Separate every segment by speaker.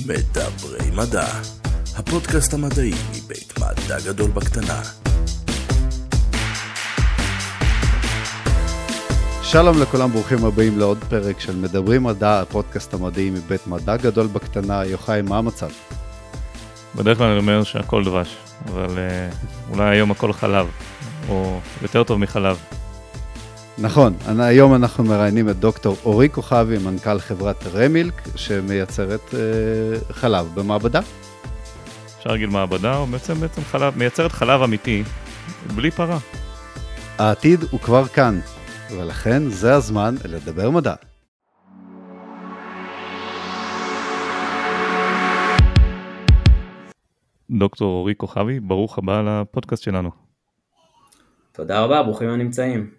Speaker 1: מדברי מדע, הפודקאסט המדעי מבית מדע גדול בקטנה.
Speaker 2: שלום לכולם, ברוכים הבאים לעוד פרק של מדברי מדע, הפודקאסט המדעי מבית מדע גדול בקטנה. יוחאי, מה המצב?
Speaker 3: בדרך כלל אני אומר שהכל דבש, אבל אולי היום הכל חלב, או יותר טוב מחלב.
Speaker 2: נכון, היום אנחנו מראיינים את דוקטור אורי כוכבי, מנכ"ל חברת רמילק, שמייצרת חלב במעבדה.
Speaker 3: אפשר להגיד מעבדה, או בעצם חלב, מייצרת חלב אמיתי, בלי פרה.
Speaker 2: העתיד הוא כבר כאן, ולכן זה הזמן לדבר מדע.
Speaker 3: דוקטור אורי כוכבי, ברוך הבא לפודקאסט שלנו.
Speaker 4: תודה רבה, ברוכים הנמצאים.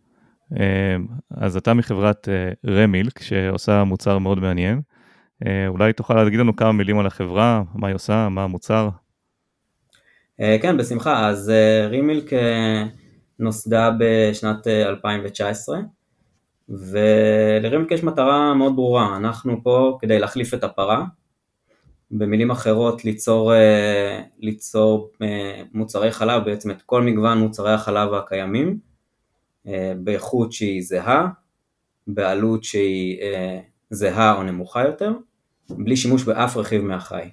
Speaker 3: אז אתה מחברת רמילק, שעושה מוצר מאוד מעניין. אולי תוכל להגיד לנו כמה מילים על החברה, מה היא עושה, מה המוצר?
Speaker 4: כן, בשמחה. אז רמילק נוסדה בשנת 2019, ולרמילק יש מטרה מאוד ברורה. אנחנו פה כדי להחליף את הפרה, במילים אחרות ליצור מוצרי חלב, בעצם את כל מגוון מוצרי החלב הקיימים, באיכות שהיא זהה, בעלות שהיא זהה או נמוכה יותר, בלי שימוש באף רכיב מהחי.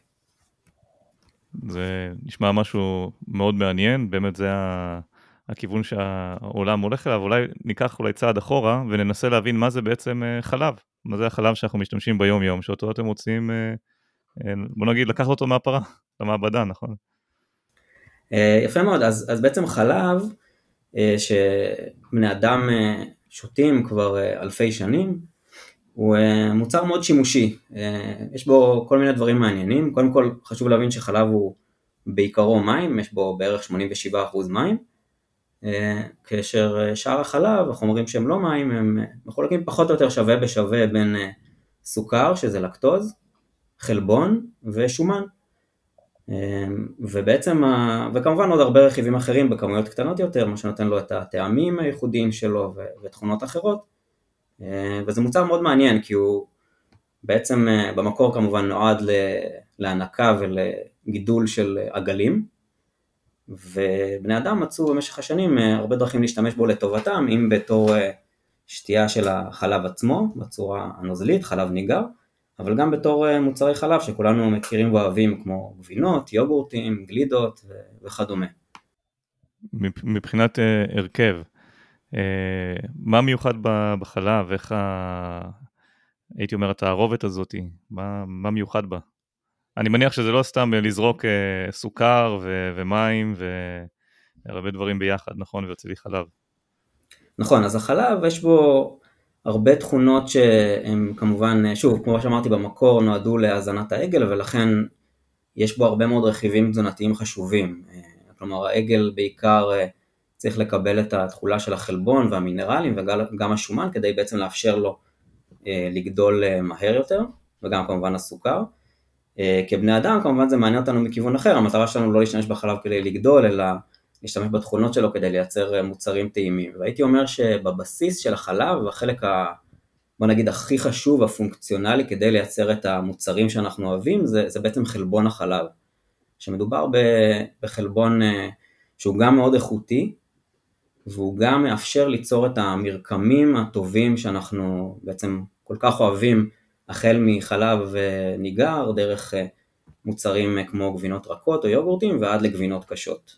Speaker 3: זה נשמע משהו מאוד מעניין, באמת זה הכיוון שהעולם הולך אליו. אולי ניקח צעד אחורה וננסה להבין מה זה בעצם חלב, מה זה החלב שאנחנו משתמשים ביום יום, שאותו אתם רוצים, בוא נגיד, לקחת אותו מהפרה, למעבדה, נכון?
Speaker 4: יפה מאוד, אז בעצם חלב שבני אדם שותים כבר אלפי שנים, הוא מוצר מאוד שימושי, יש בו כל מיני דברים מעניינים. קודם כל חשוב להבין שחלב הוא בעיקרו מים, יש בו בערך 87% מים, כאשר שאר החלב, החומרים שהם לא מים, הם מחולקים פחות או יותר שווה בשווה בין סוכר, שזה לקטוז, חלבון ושומן. ובעצם, וכמובן עוד הרבה רכיבים אחרים בכמויות קטנות יותר, מה שנותן לו את הטעמים הייחודיים שלו ותכונות אחרות. וזה מוצר מאוד מעניין, כי הוא בעצם במקור כמובן נועד להנקה ולגידול של עגלים, ובני אדם מצאו במשך השנים הרבה דרכים להשתמש בו לטובתם, אם בתור שתייה של החלב עצמו, בצורה הנוזלית, חלב ניגר, אבל גם בתור מוצרי חלב שכולנו מכירים ואוהבים, כמו גבינות, יוגורטים, גלידות וכדומה.
Speaker 3: מבחינת הרכב, מה מיוחד בחלב, איך הייתי אומר, התערובת הזאת, מה מיוחד בה? אני מניח שזה לא סתם לזרוק סוכר ומים והרבה דברים ביחד, נכון? ויוצא לי חלב.
Speaker 4: נכון, אז החלב יש בו הרבה תכונות שהן כמובן, שוב, כמו שאמרתי, במקור נועדו להזנת העגל, ולכן יש בו הרבה מאוד רכיבים תזונתיים חשובים. כלומר, העגל בעיקר צריך לקבל את התכולה של החלבון והמינרלים וגם השומן, כדי בעצם לאפשר לו לגדול מהר יותר, וגם כמובן הסוכר. כבני אדם כמובן זה מעניין אותנו מכיוון אחר, המטרה שלנו לא להשתמש בחלב כדי לגדול, אלא להשתמש בתכונות שלו כדי לייצר מוצרים טעימים. והייתי אומר שבבסיס של החלב, החלק בוא נגיד הכי חשוב, הפונקציונלי כדי לייצר את המוצרים שאנחנו אוהבים, זה בעצם חלבון החלב. שמדובר בחלבון שהוא גם מאוד איכותי, והוא גם מאפשר ליצור את המרקמים הטובים שאנחנו בעצם כל כך אוהבים, החל מחלב ניגר, דרך מוצרים כמו גבינות רכות או יוגורטים, ועד לגבינות קשות.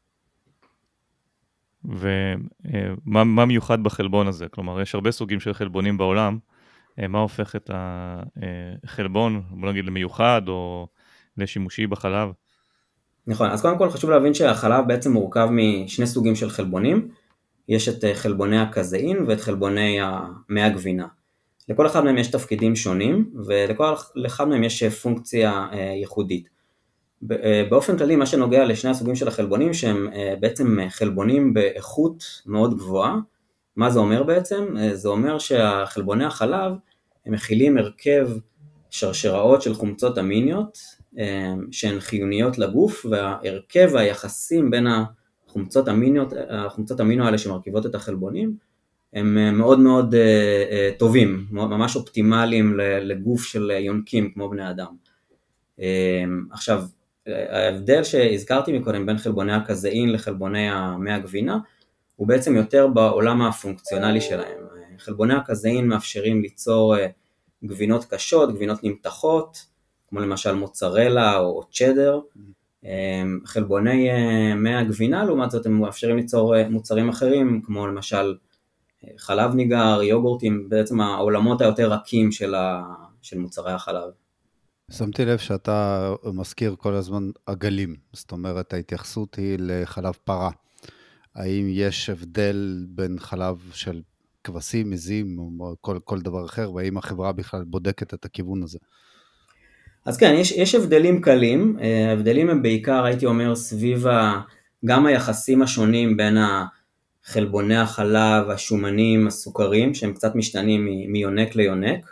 Speaker 3: ומה מיוחד בחלבון הזה? כלומר, יש הרבה סוגים של חלבונים בעולם, מה הופך את החלבון, בוא נגיד, למיוחד או לשימושי בחלב?
Speaker 4: נכון, אז קודם כל חשוב להבין שהחלב בעצם מורכב משני סוגים של חלבונים, יש את חלבוני הקזאין ואת חלבוני מי הגבינה. לכל אחד מהם יש תפקידים שונים, ולכל אחד מהם יש פונקציה ייחודית. באופן כללי, מה שנוגע לשני הסוגים של החלבונים, שהם בעצם חלבונים באיכות מאוד גבוהה, מה זה אומר בעצם? זה אומר שהחלבוני החלב, הם מכילים הרכב שרשראות של חומצות אמיניות, שהן חיוניות לגוף, וההרכב והיחסים בין החומצות אמינו האלה שמרכיבות את החלבונים, הם מאוד מאוד טובים, ממש אופטימליים לגוף של יונקים כמו בני אדם. עכשיו, ההבדל שהזכרתי מקודם בין חלבוני הקזאין לחלבוני מי הגבינה, הוא בעצם יותר בעולם הפונקציונלי שלהם. חלבוני הקזאין מאפשרים ליצור גבינות קשות, גבינות נמתחות, כמו למשל מוצרלה או צ'דר. חלבוני מי הגבינה, לעומת זאת, הם מאפשרים ליצור מוצרים אחרים, כמו למשל חלב ניגר, יוגורטים, בעצם העולמות היותר רכים של מוצרי החלב.
Speaker 2: שמתי לב שאתה מזכיר כל הזמן עגלים, זאת אומרת ההתייחסות היא לחלב פרה. האם יש הבדל בין חלב של כבשים, מזים או כל דבר אחר, והאם החברה בכלל בודקת את הכיוון הזה?
Speaker 4: אז כן, יש הבדלים קלים, ההבדלים הם בעיקר, הייתי אומר, סביב גם היחסים השונים בין חלבוני החלב, השומנים, הסוכרים, שהם קצת משתנים מיונק ליונק,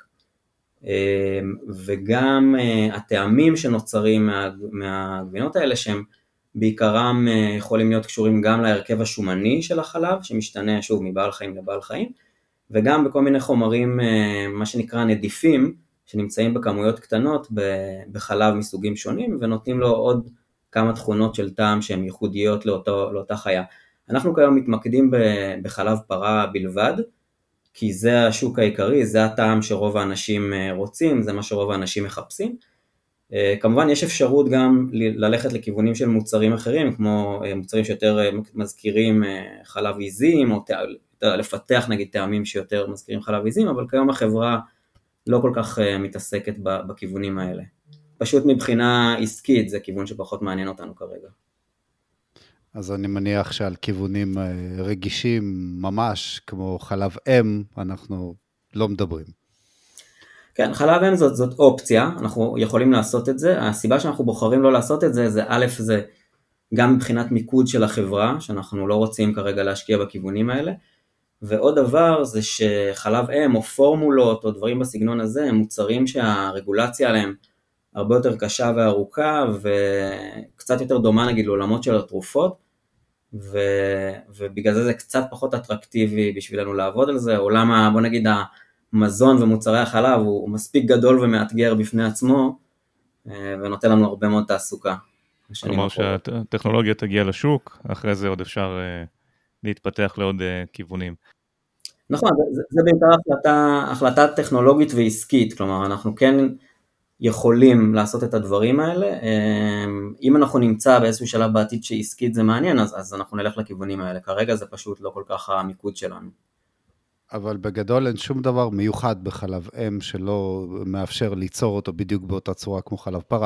Speaker 4: וגם הטעמים שנוצרים מהגבינות האלה, שהם בעיקרם יכולים להיות קשורים גם להרכב השומני של החלב, שמשתנה שוב מבעל חיים לבעל חיים, וגם בכל מיני חומרים, מה שנקרא נדיפים, שנמצאים בכמויות קטנות בחלב מסוגים שונים, ונותנים לו עוד כמה תכונות של טעם שהן ייחודיות לאותה חיה. אנחנו כיום מתמקדים בחלב פרה בלבד, כי זה השוק העיקרי, זה הטעם שרוב האנשים רוצים, זה מה שרוב האנשים מחפשים. כמובן יש אפשרות גם ללכת לכיוונים של מוצרים אחרים, כמו מוצרים שיותר מזכירים חלב עיזים, או לפתח נגיד טעמים שיותר מזכירים חלב עיזים, אבל כיום החברה לא כל כך מתעסקת בכיוונים האלה. פשוט מבחינה עסקית זה כיוון שפחות מעניין אותנו כרגע.
Speaker 2: אז אני מניח שעל כיוונים רגישים ממש, כמו חלב אם, אנחנו לא מדברים.
Speaker 4: כן, חלב אם זאת אופציה, אנחנו יכולים לעשות את זה. הסיבה שאנחנו בוחרים לא לעשות את זה, זה א', זה גם מבחינת מיקוד של החברה, שאנחנו לא רוצים כרגע להשקיע בכיוונים האלה, ועוד דבר זה שחלב אם או פורמולות או דברים בסגנון הזה, הם מוצרים שהרגולציה עליהם הרבה יותר קשה וארוכה, וקצת יותר דומה נגיד לעולמות של התרופות, ובגלל זה קצת פחות אטרקטיבי בשבילנו לעבוד על זה. עולם, בוא נגיד, המזון ומוצרי החלב הוא מספיק גדול ומאתגר בפני עצמו, ונותן לנו הרבה מאוד תעסוקה.
Speaker 3: כלומר שהטכנולוגיה תגיע לשוק, אחרי זה עוד אפשר להתפתח לעוד כיוונים.
Speaker 4: נכון, זה בעיקר החלטה טכנולוגית ועסקית, כלומר אנחנו כן יכולים לעשות את הדברים האלה, אם אנחנו נמצא באיזשהו שלב בעתיד שעסקית זה מעניין, אז אנחנו נלך לכיוונים האלה, כרגע זה פשוט לא כל כך המיקוד שלנו.
Speaker 2: אבל בגדול אין שום דבר מיוחד בחלב אם שלא מאפשר ליצור אותו בדיוק באותה צורה כמו חלב פרה.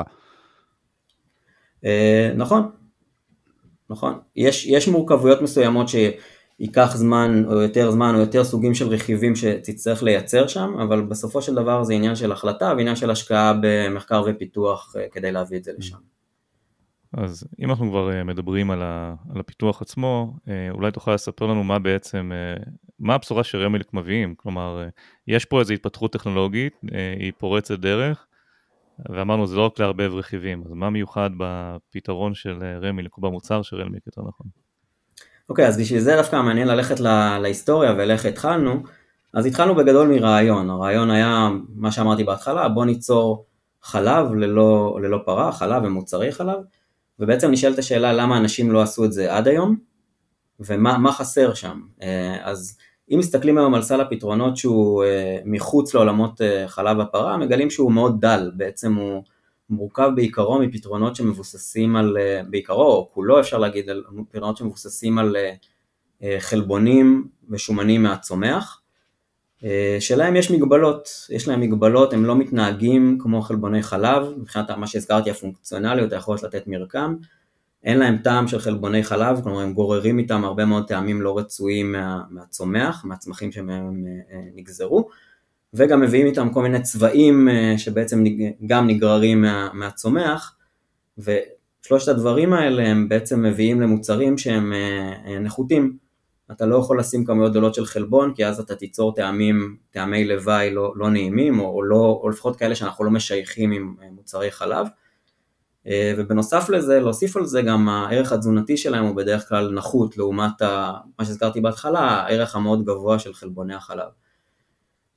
Speaker 4: נכון, נכון. יש מורכבויות מסוימות שייקח זמן או יותר סוגים של רכיבים שתצטרך לייצר שם, אבל בסופו של דבר זה עניין של החלטה ועניין של השקעה במחקר ופיתוח כדי להביא את זה לשם.
Speaker 3: אז אם אנחנו כבר מדברים על הפיתוח עצמו, אולי תוכל לספר לנו מה בעצם, מה הבשורה שרמילק מביאים? כלומר, יש פה איזו התפתחות טכנולוגית, היא פורצת דרך, ואמרנו זה לא רק להרבב רכיבים, אז מה מיוחד בפתרון של רמילק, או במוצר של רמילק יותר נכון?
Speaker 4: אוקיי, אז בשביל זה דווקא מעניין ללכת להיסטוריה ולאיך התחלנו. אז התחלנו בגדול מרעיון, הרעיון היה מה שאמרתי בהתחלה, בוא ניצור חלב ללא פרה, חלב ומוצרי חלב, ובעצם נשאלת השאלה למה אנשים לא עשו את זה עד היום, ומה חסר שם. אז אם מסתכלים היום על סל הפתרונות שהוא מחוץ לעולמות חלב הפרה, מגלים שהוא מאוד דל, בעצם הוא מורכב בעיקרו מפתרונות שמבוססים על, בעיקרו או כולו אפשר להגיד, על פתרונות שמבוססים על חלבונים ושומנים מהצומח, שלהם יש להם מגבלות, הם לא מתנהגים כמו חלבוני חלב, מבחינת מה שהזכרתי הפונקציונליות, היכולת לתת מרקם, אין להם טעם של חלבוני חלב, כלומר הם גוררים איתם הרבה מאוד טעמים לא רצויים מהצומח, מהצמחים שמהם נגזרו, וגם מביאים איתם כל מיני צבעים שבעצם גם נגררים מהצומח, ושלושת הדברים האלה הם בעצם מביאים למוצרים שהם נחותים. אתה לא יכול לשים כמויות גדולות של חלבון, כי אז אתה תיצור טעמי לוואי לא נעימים, או לפחות כאלה שאנחנו לא משייכים עם מוצרי חלב, ובנוסף לזה, להוסיף על זה גם הערך התזונתי שלהם הוא בדרך כלל נחות, לעומת מה שהזכרתי בהתחלה, הערך המאוד גבוה של חלבוני החלב.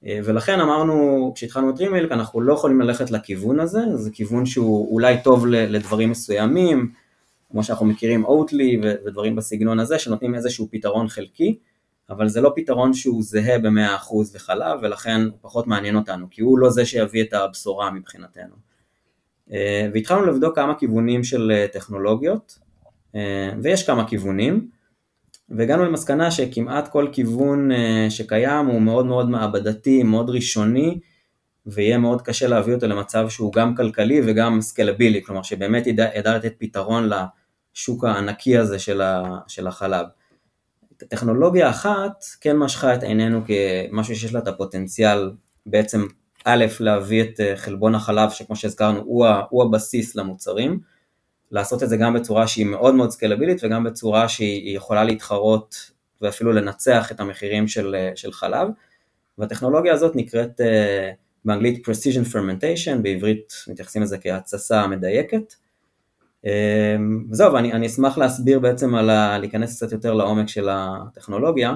Speaker 4: ולכן אמרנו, כשהתחלנו את רימילק, אנחנו לא יכולים ללכת לכיוון הזה, זה כיוון שהוא אולי טוב לדברים מסוימים, כמו שאנחנו מכירים אוטלי ודברים בסגנון הזה, שנותנים איזשהו פתרון חלקי, אבל זה לא פתרון שהוא זהה ב100% לחלב, ולכן הוא פחות מעניין אותנו, כי הוא לא זה שיביא את הבשורה מבחינתנו. והתחלנו לבדוק כמה כיוונים של טכנולוגיות, ויש כמה כיוונים, והגענו למסקנה שכמעט כל כיוון שקיים הוא מאוד מאוד מעבדתי, מאוד ראשוני, ויהיה מאוד קשה להביא אותו למצב שהוא גם כלכלי וגם סקלבילי, כלומר שבאמת ידע לתת פתרון לשוק הענקי הזה של החלב. טכנולוגיה אחת כן משכה את עינינו כמשהו שיש לה את הפוטנציאל בעצם א' להביא את חלבון החלב שכמו שהזכרנו הוא הבסיס למוצרים, לעשות את זה גם בצורה שהיא מאוד מאוד סקלבילית וגם בצורה שהיא יכולה להתחרות ואפילו לנצח את המחירים של חלב, והטכנולוגיה הזאת נקראת באנגלית Precision Fermentation, בעברית מתייחסים לזה כהתססה מדייקת. וזהו, אני אשמח להסביר בעצם להיכנס קצת יותר לעומק של הטכנולוגיה.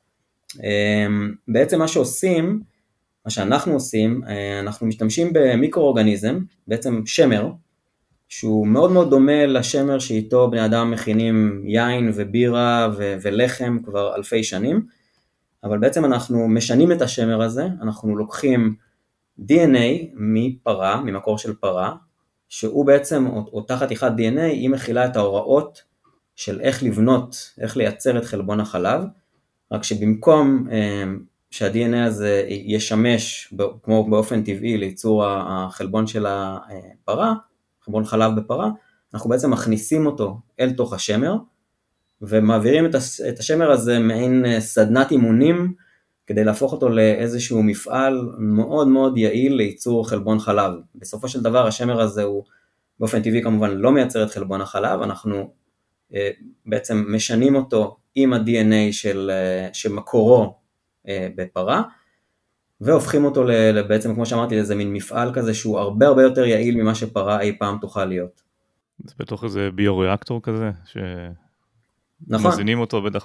Speaker 4: בעצם מה שאנחנו עושים, אנחנו משתמשים במיקרואורגניזם, בעצם שמר, שהוא מאוד מאוד דומה לשמר שאיתו בני אדם מכינים יין ובירה ולחם כבר אלפי שנים, אבל בעצם אנחנו משנים את השמר הזה, אנחנו לוקחים DNA מפרה, ממקור של פרה, שהוא בעצם, אותה חתיכת DNA, היא מכילה את ההוראות של איך לבנות, איך לייצר את חלבון החלב, רק שבמקום שה-DNA הזה ישמש כמו באופן טבעי לייצור החלבון של הפרה, חלבון חלב בפרה, אנחנו בעצם מכניסים אותו אל תוך השמר, ומעבירים את השמר הזה מעין סדנת אימונים, כדי להפוך אותו לאיזשהו מפעל מאוד מאוד יעיל לייצור חלבון חלב. בסופו של דבר השמר הזה הוא באופן טבעי כמובן לא מייצר את חלבון החלב, אנחנו בעצם משנים אותו עם ה-DNA שמקורו בפרה, והופכים אותו בעצם כמו שאמרתי לאיזה מין מפעל כזה שהוא הרבה הרבה יותר יעיל ממה שפרה אי פעם תוכל להיות.
Speaker 3: זה בתוך איזה ביוריאקטור כזה,
Speaker 4: נכון.
Speaker 3: שמזינים אותו בטח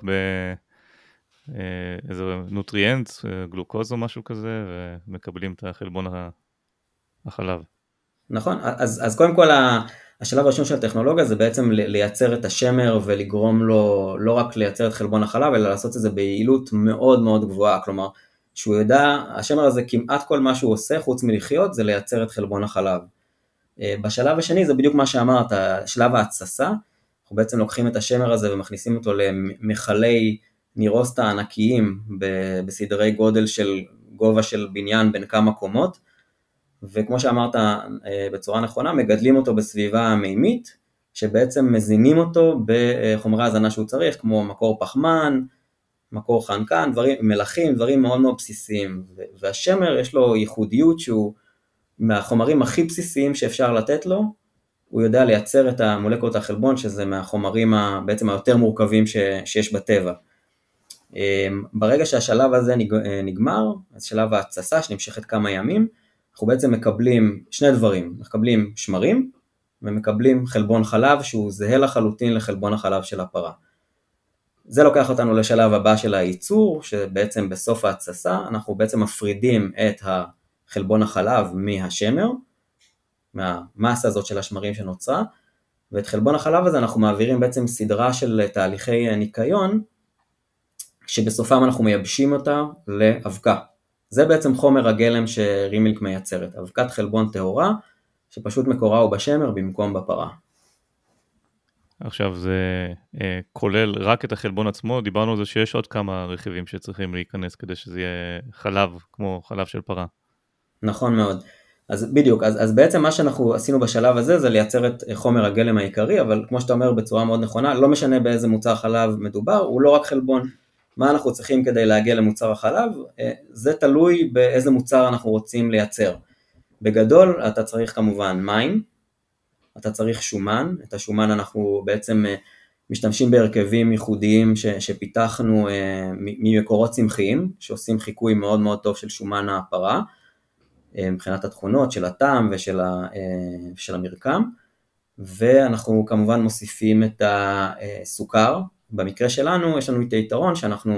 Speaker 3: איזה נוטריאנט, גלוקוז או משהו כזה, ומקבלים את החלבון החלב.
Speaker 4: נכון, אז קודם כל השלב הראשון של הטכנולוגיה זה בעצם לייצר את השמר ולגרום לו לא רק לייצר את חלבון החלב, אלא לעשות את זה ביעילות מאוד מאוד גבוהה, כלומר שהוא ידע, השמר הזה כמעט כל מה שהוא עושה חוץ מלחיות זה לייצר את חלבון החלב. בשלב השני זה בדיוק מה שאמרת, שלב ההתססה, אנחנו בעצם לוקחים את השמר הזה ומכניסים אותו למחלי נירוסטה ענקיים בסדרי גודל של גובה של בניין בין כמה קומות, וכמו שאמרת בצורה נכונה, מגדלים אותו בסביבה מימית, שבעצם מזינים אותו בחומרי הזנה שהוא צריך, כמו מקור פחמן, מקור חנקן, מלחים, דברים מאוד מאוד בסיסיים, והשמר יש לו ייחודיות שהוא מהחומרים הכי בסיסיים שאפשר לתת לו, הוא יודע לייצר את המולקולות החלבון, שזה מהחומרים בעצם היותר מורכבים שיש בטבע. ברגע שהשלב הזה נגמר, אז שלב ההתססה שנמשכת כמה ימים, אנחנו בעצם מקבלים שני דברים, מקבלים שמרים ומקבלים חלבון חלב שהוא זהה לחלוטין לחלבון החלב של הפרה. זה לוקח אותנו לשלב הבא של הייצור, שבעצם בסוף ההתססה אנחנו בעצם מפרידים את החלבון החלב מהשמר, מהמסה הזאת של השמרים שנוצרה, ואת חלבון החלב הזה אנחנו מעבירים בעצם סדרה של תהליכי ניקיון, שבסופם אנחנו מייבשים אותה לאבקה. זה בעצם חומר הגלם שרימילק מייצרת, אבקת חלבון טהורה, שפשוט מקורה הוא בשמר במקום בפרה.
Speaker 3: עכשיו זה כולל רק את החלבון עצמו, דיברנו על זה שיש עוד כמה רכיבים שצריכים להיכנס כדי שזה יהיה חלב כמו חלב של פרה.
Speaker 4: נכון מאוד. אז בדיוק, אז בעצם מה שאנחנו עשינו בשלב הזה זה לייצר את חומר הגלם העיקרי, אבל כמו שאתה אומר בצורה מאוד נכונה, לא משנה באיזה מוצר חלב מדובר, הוא לא רק חלבון. מה אנחנו צריכים כדי להגיע למוצר החלב? זה תלוי באיזה מוצר אנחנו רוצים לייצר. בגדול אתה צריך כמובן מים, אתה צריך שומן, את השומן אנחנו בעצם משתמשים בהרכבים ייחודיים שפיתחנו ממקורות צמחיים, שעושים חיקוי מאוד מאוד טוב של שומן הפרה, מבחינת התכונות של הטעם ושל המרקם, ואנחנו כמובן מוסיפים את הסוכר, במקרה שלנו יש לנו את היתרון שאנחנו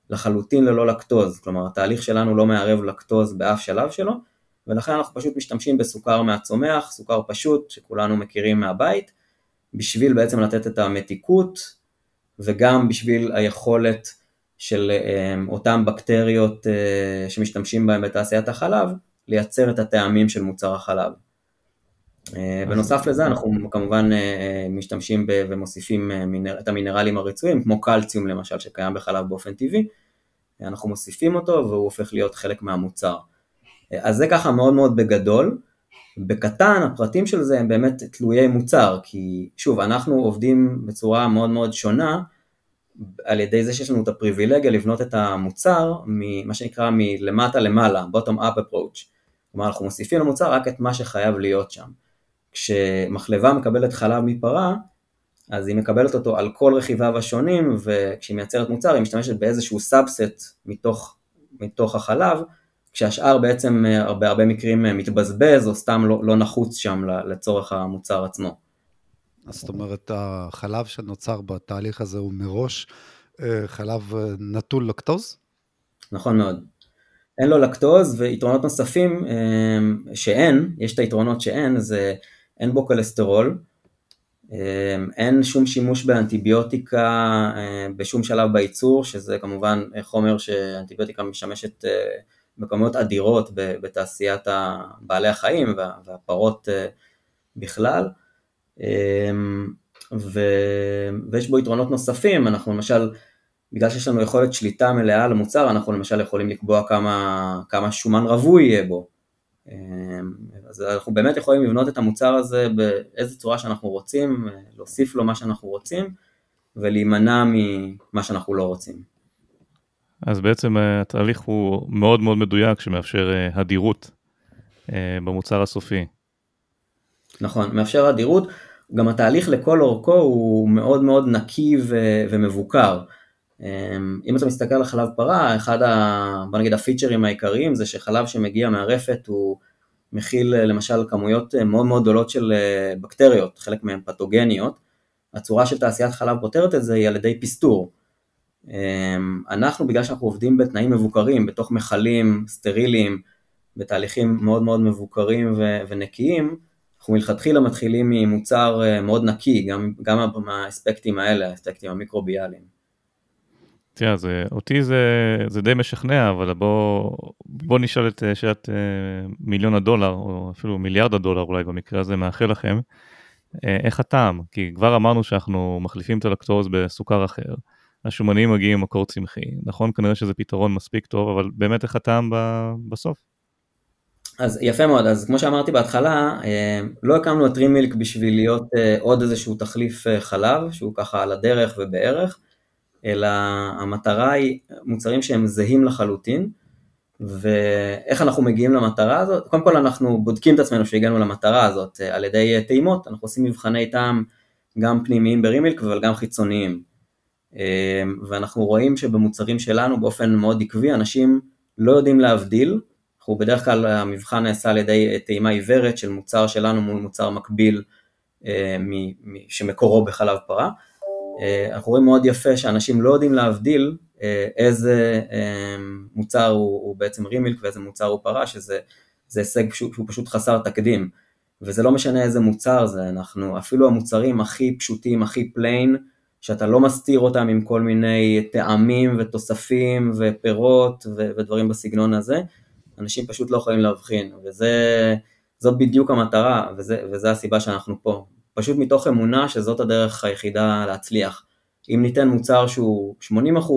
Speaker 4: לחלוטין ללא לקטוז, כלומר התהליך שלנו לא מערב לקטוז באף שלב שלו, ולכן אנחנו פשוט משתמשים בסוכר מהצומח, סוכר פשוט שכולנו מכירים מהבית, בשביל בעצם לתת את המתיקות, וגם בשביל היכולת של אותם בקטריות שמשתמשים בהם בתעשיית החלב, לייצר את הטעמים של מוצר החלב. בנוסף לזה אנחנו כמובן משתמשים ומוסיפים את המינרלים הרצויים, כמו קלציום למשל שקיים בחלב באופן טבעי, אנחנו מוסיפים אותו והוא הופך להיות חלק מהמוצר. אז זה ככה מאוד מאוד בגדול, בקטן הפרטים של זה הם באמת תלויי מוצר, כי שוב אנחנו עובדים בצורה מאוד מאוד שונה, על ידי זה שיש לנו את הפריבילגיה לבנות את המוצר, מה שנקרא מלמטה למעלה, bottom up approach, כלומר אנחנו מוסיפים למוצר רק את מה שחייב להיות שם. כשמחלבה מקבלת חלב מפרה, אז היא מקבלת אותו על כל רכיביו השונים, וכשהיא מייצרת מוצר, היא משתמשת באיזשהו סאבסט מתוך החלב, כשהשאר בעצם בהרבה מקרים מתבזבז, או סתם לא נחוץ שם לצורך המוצר עצמו.
Speaker 2: אז זאת אומרת, החלב שנוצר בתהליך הזה הוא מראש חלב נטול לקטוז?
Speaker 4: נכון מאוד. אין לו לקטוז, ויתרונות נוספים יש את היתרונות זה אין בו כולסטרול, אין שום שימוש באנטיביוטיקה בשום שלב בייצור, שזה כמובן חומר שאנטיביוטיקה משמשת בכמויות אדירות בתעשיית בעלי החיים והפרות בכלל, ויש בו יתרונות נוספים, אנחנו למשל, בגלל שיש לנו יכולת שליטה מלאה על המוצר, אנחנו למשל יכולים לקבוע כמה שומן רווי יהיה בו, אז אנחנו באמת יכולים לבנות את המוצר הזה באיזו צורה שאנחנו רוצים, להוסיף לו מה שאנחנו רוצים, ולהימנע ממה שאנחנו לא רוצים.
Speaker 3: אז בעצם התהליך הוא מאוד מאוד מדויק, שמאפשר הדירות במוצר הסופי.
Speaker 4: נכון, מאפשר הדירות, גם התהליך לכל אורכו הוא מאוד מאוד נקי ומבוקר. אם אתה מסתכל על חלב פרה, בוא נגיד הפיצ'רים העיקריים זה שחלב שמגיע מהרפת הוא מכיל למשל כמויות מאוד מאוד גדולות של בקטריות, חלק מהן פתוגניות. הצורה של תעשיית חלב פותרת את זה היא על ידי פסטור. אנחנו בגלל שאנחנו עובדים בתנאים מבוקרים, בתוך מחלים סטריליים, בתהליכים מאוד מאוד מבוקרים ונקיים, אנחנו מלכתחילה מתחילים ממוצר מאוד נקי, גם מהאספקטים האלה, האספקטים המיקרוביאליים.
Speaker 3: תראה, אותי זה די משכנע, אבל בוא נשאל את שאלת $1,000,000, או אפילו $1 מיליארד אולי במקרה הזה, מאחל לכם, איך הטעם? כי כבר אמרנו שאנחנו מחליפים את הלקטוז בסוכר אחר, השומנים מגיעים ממקור צמחי, נכון? כנראה שזה פתרון מספיק טוב, אבל באמת איך הטעם בסוף?
Speaker 4: אז יפה מאוד, אז כמו שאמרתי בהתחלה, לא הקמנו את רימילק בשביל להיות עוד איזשהו תחליף חלב, שהוא ככה על הדרך ובערך, אלא המטרה היא מוצרים שהם זהים לחלוטין, ואיך אנחנו מגיעים למטרה הזאת? קודם כל אנחנו בודקים את עצמנו שהגענו למטרה הזאת, על ידי טעימות, אנחנו עושים מבחני טעם גם פנימיים ברימילק, אבל גם חיצוניים, ואנחנו רואים שבמוצרים שלנו באופן מאוד עקבי, אנשים לא יודעים להבדיל, אנחנו בדרך כלל המבחן נעשה על ידי טעימה עיוורת של מוצר שלנו מול מוצר מקביל שמקורו בחלב פרה, אנחנו רואים מאוד יפה שאנשים לא יודעים להבדיל איזה מוצר הוא בעצם רימילק ואיזה מוצר הוא פרה, שזה הישג שהוא פשוט חסר תקדים, וזה לא משנה איזה מוצר זה, אפילו המוצרים הכי פשוטים, הכי פליין, שאתה לא מסתיר אותם עם כל מיני טעמים ותוספים ופירות ודברים בסגנון הזה, אנשים פשוט לא יכולים להבחין, וזאת בדיוק המטרה, וזה הסיבה שאנחנו פה. פשוט מתוך אמונה שזאת הדרך היחידה להצליח. אם ניתן מוצר שהוא 80%,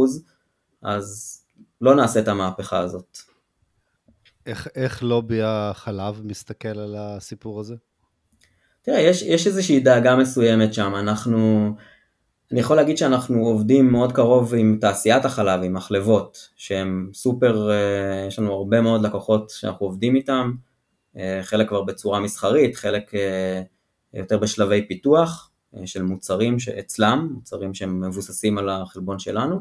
Speaker 4: אז לא נעשה את המהפכה הזאת.
Speaker 2: איך לובי החלב מסתכל על הסיפור הזה?
Speaker 4: תראה, יש איזושהי דאגה מסוימת שם, אני יכול להגיד שאנחנו עובדים מאוד קרוב עם תעשיית החלב, עם מחלבות, שהם סופר, יש לנו הרבה מאוד לקוחות שאנחנו עובדים איתם, חלק כבר בצורה מסחרית, חלק יותר בשלבי פיתוח של מוצרים שאצלם, מוצרים שהם מבוססים על החלבון שלנו,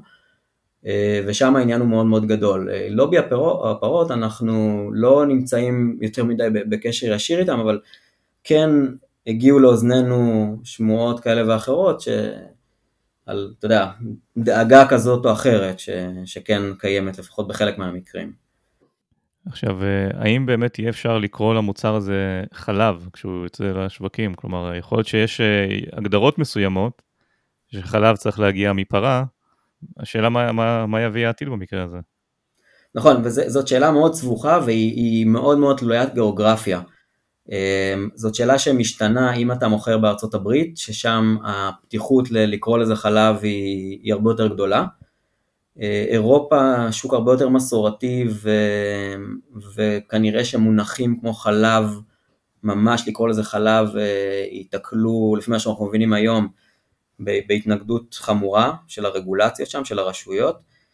Speaker 4: ושם העניין הוא מאוד מאוד גדול. לובי הפרות, אנחנו לא נמצאים יותר מדי בקשר ישיר איתם, אבל כן הגיעו לאוזנינו שמועות כאלה ואחרות, אתה יודע, דאגה כזאת או אחרת שכן קיימת לפחות בחלק מהמקרים.
Speaker 3: עכשיו, האם באמת יהיה אפשר לקרוא למוצר הזה חלב כשהוא יוצא לשווקים? כלומר, יכול להיות שיש הגדרות מסוימות שחלב צריך להגיע מפרה, השאלה מה יביא העתיד במקרה הזה?
Speaker 4: נכון, וזאת שאלה מאוד סבוכה והיא מאוד מאוד תלוית גיאוגרפיה. זאת שאלה שמשתנה אם אתה מוכר בארצות הברית, ששם הפתיחות לקרוא לזה חלב היא הרבה יותר גדולה. אירופה שוק הרבה יותר מסורתי וכנראה שמונחים כמו חלב, ממש לקרוא לזה חלב, ייתקלו לפי מה שאנחנו מבינים היום בהתנגדות חמורה של הרגולציה שם, של הרשויות.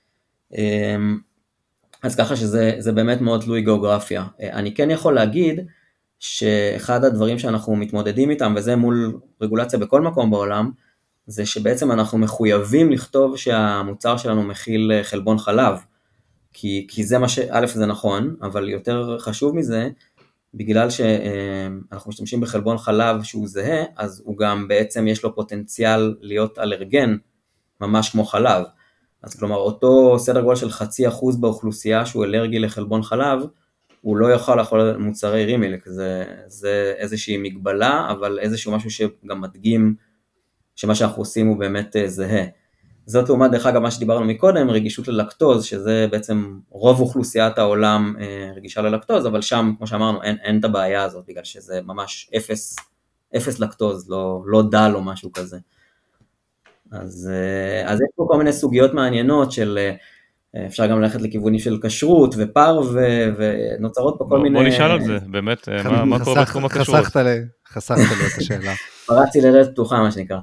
Speaker 4: אז ככה שזה באמת מאוד תלוי גיאוגרפיה. אני כן יכול להגיד שאחד הדברים שאנחנו מתמודדים איתם, וזה מול רגולציה בכל מקום בעולם, זה שבעצם אנחנו מחויבים לכתוב שהמוצר שלנו מכיל חלבון חלב, כי זה מה א' זה נכון, אבל יותר חשוב מזה, בגלל שאנחנו משתמשים בחלבון חלב שהוא זהה, אז הוא גם בעצם יש לו פוטנציאל להיות אלרגן, ממש כמו חלב. אז כלומר, אותו סדר גודל של 0.5% באוכלוסייה שהוא אלרגי לחלבון חלב, הוא לא יוכל לאכול מוצרי רימילק, זה איזושהי מגבלה, אבל איזשהו משהו שגם מדגים שמה שאנחנו עושים הוא באמת זהה. זאת לעומת דרך אגב מה שדיברנו מקודם, רגישות ללקטוז, שזה בעצם רוב אוכלוסיית העולם רגישה ללקטוז, אבל שם, כמו שאמרנו, אין את הבעיה הזאת, בגלל שזה ממש אפס לקטוז, לא דל או משהו כזה. אז יש פה כל מיני סוגיות מעניינות של, אפשר גם ללכת לכיוונים של כשרות ופרווה, ונוצרות פה כל מיני...
Speaker 3: בוא נשאל על זה, באמת, מה קורה בתחום הכשרות?
Speaker 2: חסכת לי את השאלה.
Speaker 4: פרצתי לדלת פתוחה, מה שנקרא.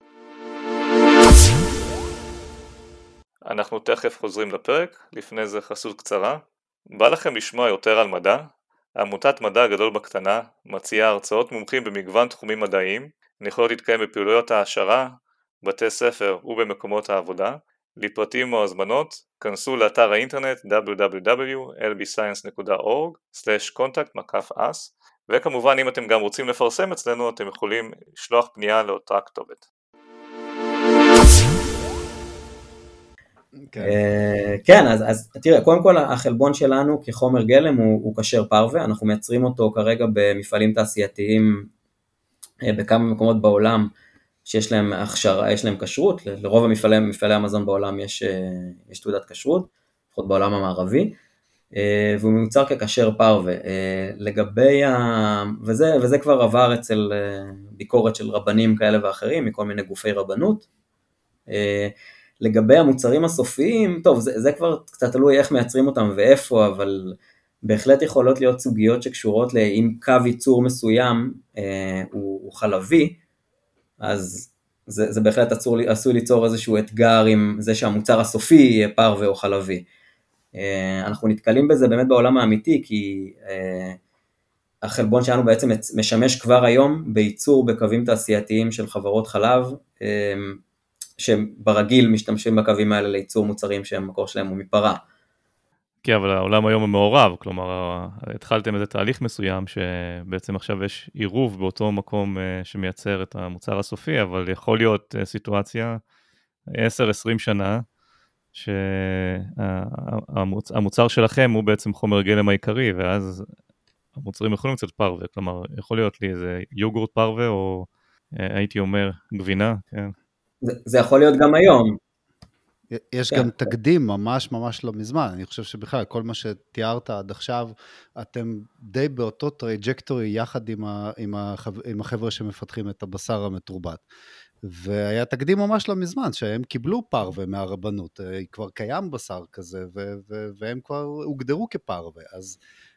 Speaker 3: אנחנו תכף חוזרים לפרק, לפני זה חסות קצרה. בא לכם לשמוע יותר על מדע? עמותת מדע גדול בקטנה מציעה הרצאות מומחים במגוון תחומים מדעיים, הן יכולות להתקיים בפעילויות העשרה, בתי ספר ובמקומות העבודה. לפרטים או הזמנות, כנסו לאתר האינטרנט www.lbscience.org/contact-us, וכמובן אם אתם גם רוצים לפרסם אצלנו, אתם יכולים לשלוח פנייה לאותה כתובת.
Speaker 4: כן, אז תראה, קודם כל החלבון שלנו כחומר גלם הוא כשר פרווה, אנחנו מייצרים אותו כרגע במפעלים תעשייתיים בכמה מקומות בעולם שיש להם הכשרה, יש להם כשרות, לרוב מפעלי המזון בעולם יש תעודת כשרות, לפחות בעולם המערבי, והוא מיוצר ככשר פרווה. לגבי, וזה כבר עבר אצל ביקורת של רבנים כאלה ואחרים, מכל מיני גופי רבנות. לגבי המוצרים הסופיים, טוב, זה כבר קצת תלוי איך מייצרים אותם ואיפה, אבל בהחלט יכולות להיות סוגיות שקשורות אם קו ייצור מסוים הוא חלבי, אז זה בהחלט עשוי ליצור איזשהו אתגר עם זה שהמוצר הסופי יהיה פרווה או חלבי. אנחנו נתקלים בזה באמת בעולם האמיתי, כי החלבון שלנו בעצם משמש כבר היום בייצור בקווים תעשייתיים של חברות חלב, שברגיל משתמשים בקווים האלה לייצור מוצרים שהמקור שלהם הוא מפרה.
Speaker 3: כן, אבל העולם היום הוא מעורב, כלומר, התחלתם איזה תהליך מסוים שבעצם עכשיו יש עירוב באותו מקום שמייצר את המוצר הסופי, אבל יכול להיות סיטואציה 10-20 שנה, שהמוצר שלכם הוא בעצם חומר גלם העיקרי, ואז המוצרים יכולים קצת פרווה, כלומר, יכול להיות לי איזה יוגורט פרווה, או הייתי אומר גבינה, כן.
Speaker 4: זה יכול להיות גם היום.
Speaker 2: יש גם תקדים ממש ממש לא מזמן, אני חושב שבכלל כל מה שתיארת עד עכשיו, אתם די באותו טרייג'קטורי יחד עם החבר'ה שמפתחים את הבשר המתורבת, והיה תקדים ממש לא מזמן, שהם קיבלו פרווה מהרבנות, כבר קיים בשר כזה, והם כבר הוגדרו כפרווה, אז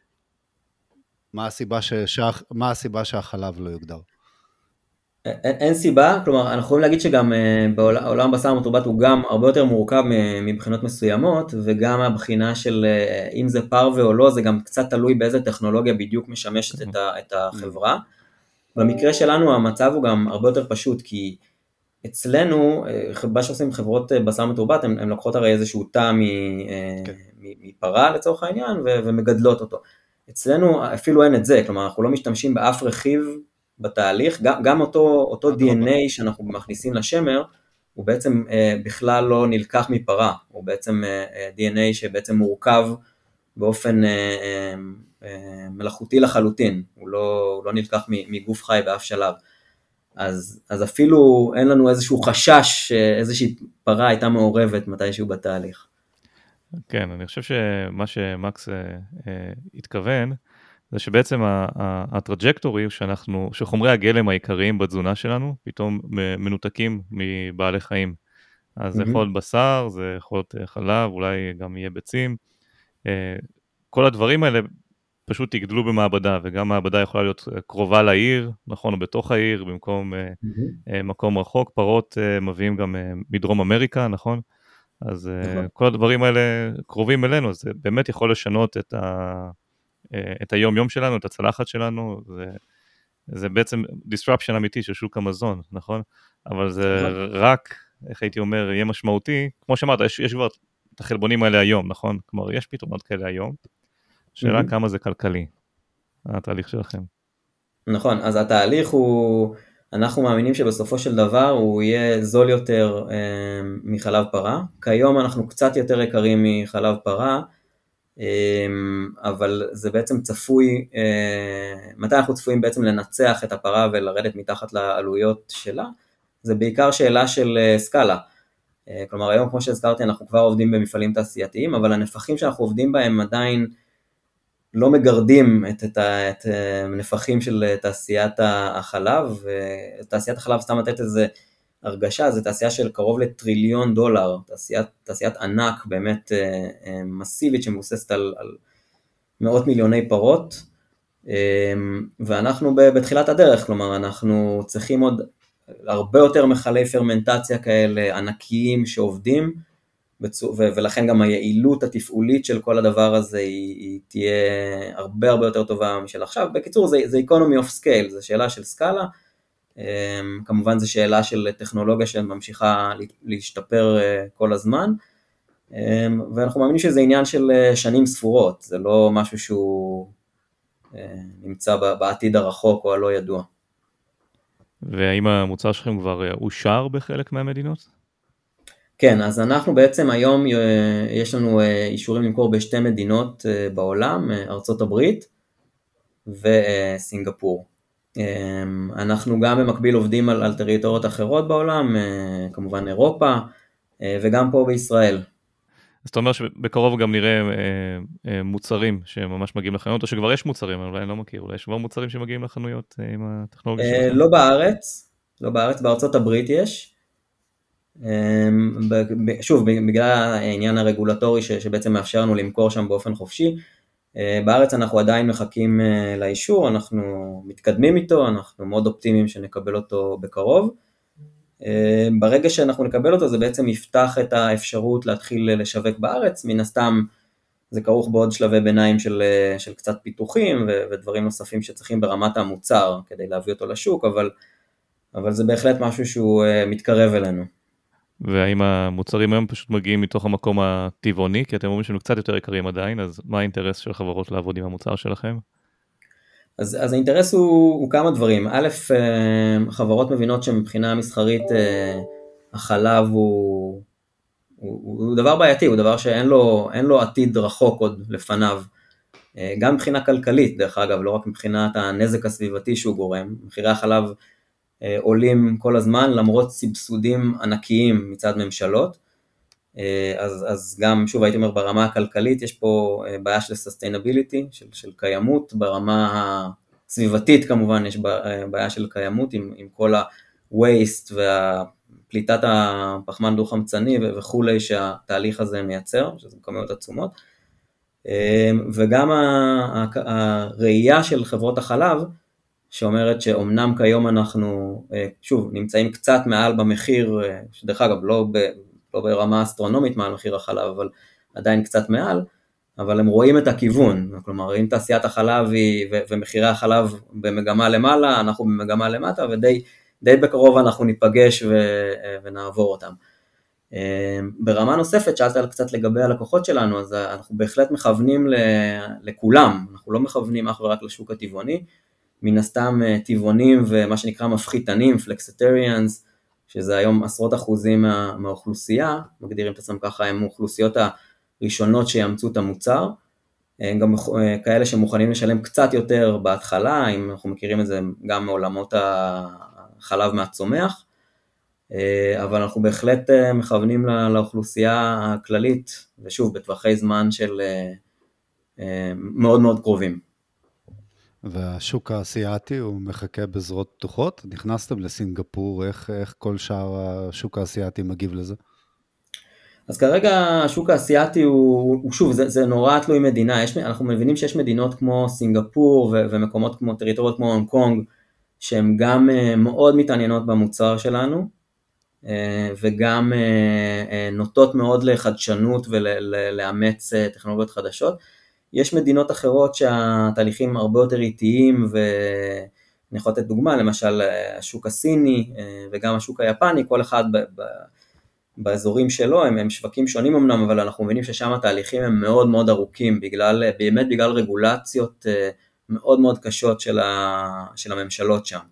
Speaker 2: מה הסיבה שהחלב לא יוגדר?
Speaker 4: אין סיבה, כלומר אנחנו יכולים להגיד שגם בעולם בשר המתורבת הוא גם הרבה יותר מורכב מבחינות מסוימות, וגם הבחינה של אם זה פרווה או לא, זה גם קצת תלוי באיזה טכנולוגיה בדיוק משמשת את החברה. במקרה שלנו המצב הוא גם הרבה יותר פשוט, כי אצלנו, מה שעושים חברות בשר מתורבת, הן לוקחות הרי איזשהו תא מפרה לצורך העניין, ומגדלות אותו. אצלנו אפילו אין את זה, כלומר אנחנו לא משתמשים באף רכיב, בתהליך, גם אותו DNA שאנחנו מכניסים לשמר, הוא בעצם בכלל לא נלקח מפרה, הוא בעצם DNA שבעצם מורכב באופן מלאכותי לחלוטין, הוא לא נלקח מגוף חי באף שלב. אז אפילו אין לנו איזשהו חשש שאיזושהי פרה הייתה מעורבת מתישהו בתהליך.
Speaker 3: כן, אני חושב שמה שמקס התכוון, זה שבעצם הטראג'קטורי הוא שחומרי הגלם העיקריים בתזונה שלנו, פתאום מנותקים מבעלי חיים. אז זה יכול להיות בשר, זה יכול להיות חלב, אולי גם יהיה ביצים. כל הדברים האלה פשוט יגדלו במעבדה, וגם מעבדה יכולה להיות קרובה לעיר, נכון, או בתוך העיר, במקום מקום רחוק. פרות מביאים גם מדרום אמריקה, נכון? אז כל הדברים האלה קרובים אלינו, אז זה באמת יכול לשנות את היום-יום שלנו, את הצלחת שלנו, זה בעצם disruption אמיתי של שוק המזון, נכון? אבל זה רק, איך הייתי אומר, יהיה משמעותי, כמו שאמרת, יש כבר את החלבונים האלה היום, נכון? כלומר, יש פתרונות כאלה היום, שאלה כמה זה כלכלי, התהליך שלכם.
Speaker 4: נכון, אז התהליך הוא, אנחנו מאמינים שבסופו של דבר הוא יהיה זול יותר מחלב פרה, כיום אנחנו קצת יותר יקרים מחלב פרה, אבל זה בעצם צפוי, מתי אנחנו צפויים בעצם לנצח את הפרה ולרדת מתחת לעלויות שלה, זה בעיקר שאלה של סקאלה, כלומר היום כמו שהזכרתי אנחנו כבר עובדים במפעלים תעשייתיים, אבל הנפחים שאנחנו עובדים בהם עדיין לא מגרדים את הנפחים של תעשיית החלב, ותעשיית החלב סתם לתת איזה הרגשה, זה תעשייה של קרוב לטריליון דולר, תעשיית ענק באמת מסיבית שמבוססת על מאות מיליוני פרות, ואנחנו בתחילת הדרך, כלומר אנחנו צריכים עוד הרבה יותר מחלי פרמנטציה כאלה ענקיים שעובדים, ולכן גם היעילות התפעולית של כל הדבר הזה היא תהיה הרבה הרבה יותר טובה משל עכשיו. בקיצור זה economy of scale, זה שאלה של סקאלה, כמובן זה שאלה של טכנולוגיה שממשיכה להשתפר כל הזמן, ואנחנו מאמינים שזה עניין של שנים ספורות, זה לא משהו שהוא נמצא בעתיד הרחוק או הלא ידוע.
Speaker 3: והאם המוצר שלכם כבר אושר בחלק מהמדינות?
Speaker 4: כן, אז אנחנו בעצם היום יש לנו אישורים למכור בשתי מדינות בעולם, ארצות הברית וסינגפור. אנחנו גם במקביל עובדים על טריטוריות אחרות בעולם, כמובן אירופה וגם פה בישראל.
Speaker 3: אז אתה אומר שבקרוב גם נראה מוצרים שממש מגיעים לחנויות, או שכבר יש מוצרים, אבל אני לא מכיר, אולי יש כבר מוצרים שמגיעים לחנויות עם הטכנולוגיה שלכם?
Speaker 4: לא בארץ, בארצות הברית יש. שוב, בגלל העניין הרגולטורי שבעצם מאפשר לנו למכור שם באופן חופשי, בארץ אנחנו עדיין מחכים לאישור, אנחנו מתקדמים איתו, אנחנו מאוד אופטימיים שנקבל אותו בקרוב. ברגע שאנחנו נקבל אותו זה בעצם יפתח את האפשרות להתחיל לשווק בארץ, מן הסתם זה כרוך בעוד שלבי ביניים של קצת פיתוחים ודברים נוספים שצריכים ברמת המוצר כדי להביא אותו לשוק, אבל זה בהחלט משהו שהוא מתקרב אלינו.
Speaker 3: והאם המוצרים היום פשוט מגיעים מתוך המקום הטבעוני, כי אתם אומרים שהם קצת יותר יקרים עדיין, אז מה האינטרס של חברות לעבוד עם המוצר שלכם?
Speaker 4: אז האינטרס הוא כמה דברים. א', חברות מבינות שמבחינה מסחרית החלב הוא דבר בעייתי, הוא דבר שאין לו עתיד רחוק עוד לפניו. גם מבחינה כלכלית, דרך אגב, לא רק מבחינת הנזק הסביבתי שהוא גורם. מחירי החלב עולים כל הזמן למרות סבסודים ענקיים מצד ממשלות, אז גם שוב הייתי אומר ברמה הכלכלית יש פה בעיה של sustainability, של קיימות, ברמה הסביבתית כמובן יש בעיה של קיימות עם כל ה-waste והפליטת הפחמן דו חמצני וכולי שהתהליך הזה מייצר, שזה כמויות עצומות, וגם הראייה של חברות החלב, שאומרת שאומנם כיום אנחנו, שוב, נמצאים קצת מעל במחיר, שדרך אגב לא ברמה אסטרונומית מעל מחיר החלב, אבל עדיין קצת מעל, אבל הם רואים את הכיוון, כלומר אם תעשיית החלב ומחירי החלב במגמה למעלה, אנחנו במגמה למטה, ודי בקרוב אנחנו ניפגש ונעבור אותם. ברמה נוספת, שאלת על קצת לגבי הלקוחות שלנו, אז אנחנו בהחלט מכוונים לכולם, אנחנו לא מכוונים אך ורק לשוק הטבעוני, מן הסתם טבעונים ומה שנקרא מפחיתנים, פלקסטריאנס, שזה היום עשרות אחוזים מהאוכלוסייה, מגדירים את עצמם ככה, הם האוכלוסיות הראשונות שיאמצו את המוצר, גם כאלה שמוכנים לשלם קצת יותר בהתחלה, אם אנחנו מכירים את זה גם מעולמות החלב מהצומח, אבל אנחנו בהחלט מכוונים לאוכלוסייה הכללית, ושוב, בטווחי זמן של מאוד מאוד קרובים.
Speaker 2: והשוק האסייתי הוא מחכה בזרועות פתוחות? נכנסתם לסינגפור, איך כל שאר השוק האסייתי מגיב לזה?
Speaker 4: אז כרגע השוק האסייתי הוא שוב, זה נורא תלוי מדינה, אנחנו מבינים שיש מדינות כמו סינגפור ומקומות כמו טריטוריות כמו הונג קונג, שהן גם מאוד מתעניינות במוצר שלנו, וגם נוטות מאוד לחדשנות ולאמץ טכנולוגיות חדשות. יש מדינות אחרות שהתהליכים הרבה יותר איטיים, ואני יכול לתת דוגמה, למשל השוק הסיני וגם השוק היפני, כל אחד באזורים שלו, הם שווקים שונים אמנם, אבל אנחנו מבינים ששם התהליכים הם מאוד מאוד ארוכים, באמת בגלל רגולציות מאוד מאוד קשות של הממשלות שם.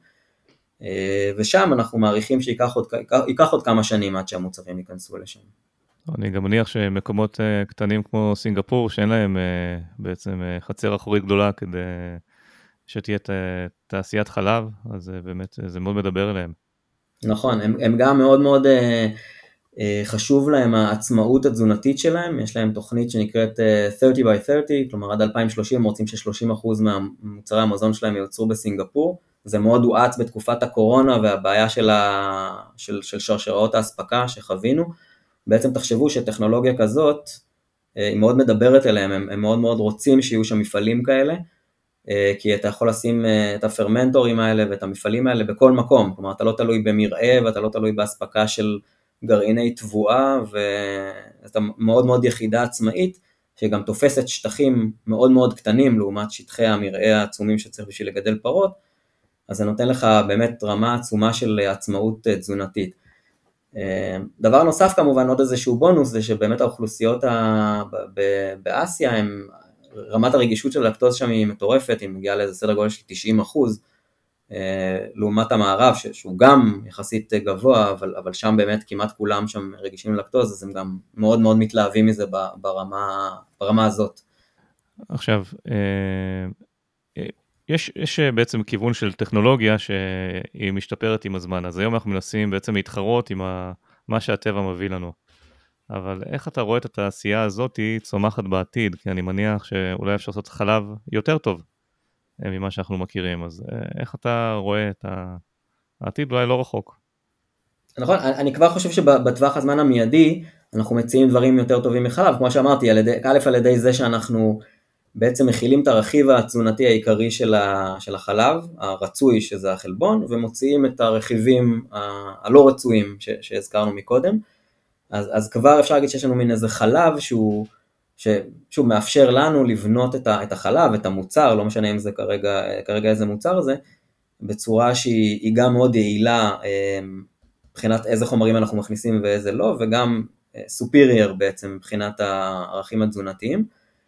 Speaker 4: ושם אנחנו מעריכים שייקח עוד כמה שנים עד שהמוצרים ייכנסו לשם.
Speaker 3: אני גם מניח שמקומות קטנים כמו סינגפור, שאין להם בעצם חצר אחורית גדולה כדי שתהיה תעשיית חלב, אז באמת זה מאוד מדבר אליהם.
Speaker 4: נכון, הם גם מאוד מאוד חשוב להם העצמאות התזונתית שלהם, יש להם תוכנית שנקראת 30 by 30, כלומר עד 2030 הם רוצים ש30% מהמוצרי המזון שלהם ייוצרו בסינגפור, זה מאוד הואץ בתקופת הקורונה והבעיה של שרשראות האספקה שחווינו, בעצם תחשבו שטכנולוגיה כזאת, היא מאוד מדברת אליהם, הם מאוד מאוד רוצים שיהיו שם מפעלים כאלה, כי אתה יכול לשים את הפרמנטורים האלה ואת המפעלים האלה בכל מקום, כלומר אתה לא תלוי במרעה ואתה לא תלוי בהספקה של גרעיני תבואה, ואתה מאוד מאוד יחידה עצמאית, שגם תופסת שטחים מאוד מאוד קטנים, לעומת שטחי המרעה העצומים שצריך בשביל לגדל פרות, אז זה נותן לך באמת רמה עצומה של עצמאות תזונתית. דבר נוסף כמובן, עוד איזשהו בונוס, זה שבאמת האוכלוסיות באסיה, רמת הרגישות של הלקטוז שם היא מטורפת, היא מגיעה לאיזה סדר גודל של 90%, לעומת המערב, שהוא גם יחסית גבוה, אבל שם באמת כמעט כולם שם רגישים ללקטוז, אז הם גם מאוד מאוד מתלהבים מזה ברמה הזאת. עכשיו,
Speaker 3: יש בעצם כיוון של טכנולוגיה שהיא משתפרת עם הזמן, אז היום אנחנו מנסים בעצם להתחרות עם מה שהטבע מביא לנו. אבל איך אתה רואה את התעשייה הזאת צומחת בעתיד? כי אני מניח שאולי אפשר לעשות חלב יותר טוב ממה שאנחנו מכירים, אז איך אתה רואה את העתיד? אולי לא רחוק.
Speaker 4: נכון, אני כבר חושב שבטווח הזמן המיידי אנחנו מציעים דברים יותר טובים מחלב, כמו שאמרתי, על ידי זה שאנחנו בעצם מכילים את הרכיב התזונתי העיקרי של החלב, הרצוי שזה החלבון, ומוציאים את הרכיבים הלא רצויים שהזכרנו מקודם, אז כבר אפשר להגיד שיש לנו מין איזה חלב ששוב מאפשר לנו לבנות את החלב, את המוצר, לא משנה אם זה כרגע איזה מוצר זה, בצורה שהיא גם מאוד יעילה, מבחינת איזה חומרים אנחנו מכניסים ואיזה לא, וגם superior בעצם מבחינת הערכים התזונתיים.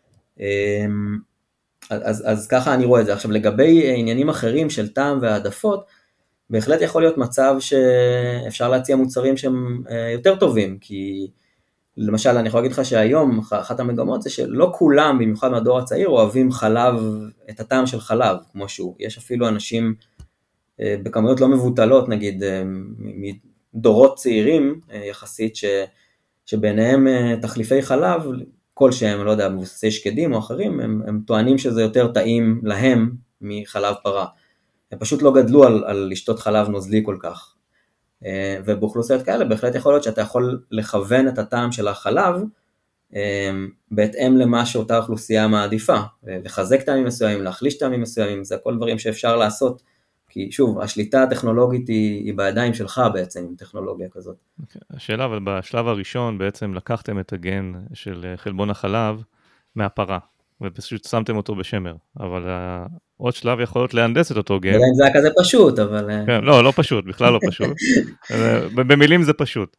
Speaker 4: אז ככה אני רואה את זה. עכשיו לגבי עניינים אחרים של טעם והעדפות, בהחלט יכול להיות מצב שאפשר להציע מוצרים שהם יותר טובים, כי למשל אני יכול להגיד לך שהיום אחת המגמות זה שלא כולם, במיוחד מהדור הצעיר, אוהבים חלב, את הטעם של חלב כמו שהוא. יש אפילו אנשים בכמויות לא מבוטלות, נגיד מדורות צעירים יחסית, שביניהם תחליפי חלב, כלשהם, לא יודע, מבוססי שקדים או אחרים, הם טוענים שזה יותר טעים להם מחלב פרה. הם פשוט לא גדלו על לשתות חלב נוזלי כל כך. ובאוכלוסיות כאלה בהחלט יכול להיות שאתה יכול לכוון את הטעם של החלב, בהתאם למה שאותה אוכלוסייה מעדיפה. לחזק טעמים מסוימים, להחליש טעמים מסוימים, זה הכל דברים שאפשר לעשות. כי שוב, השליטה הטכנולוגית היא בידיים שלך בעצם, עם טכנולוגיה כזאת.
Speaker 3: השאלה, אבל בשלב הראשון בעצם לקחתם את הגן של חלבון החלב מהפרה, ופשוט שמתם אותו בשמר, אבל עוד שלב יכול להיות להנדס את אותו גן.
Speaker 4: אם זה היה כזה פשוט, אבל...
Speaker 3: כן, לא פשוט, בכלל לא פשוט. במילים זה פשוט.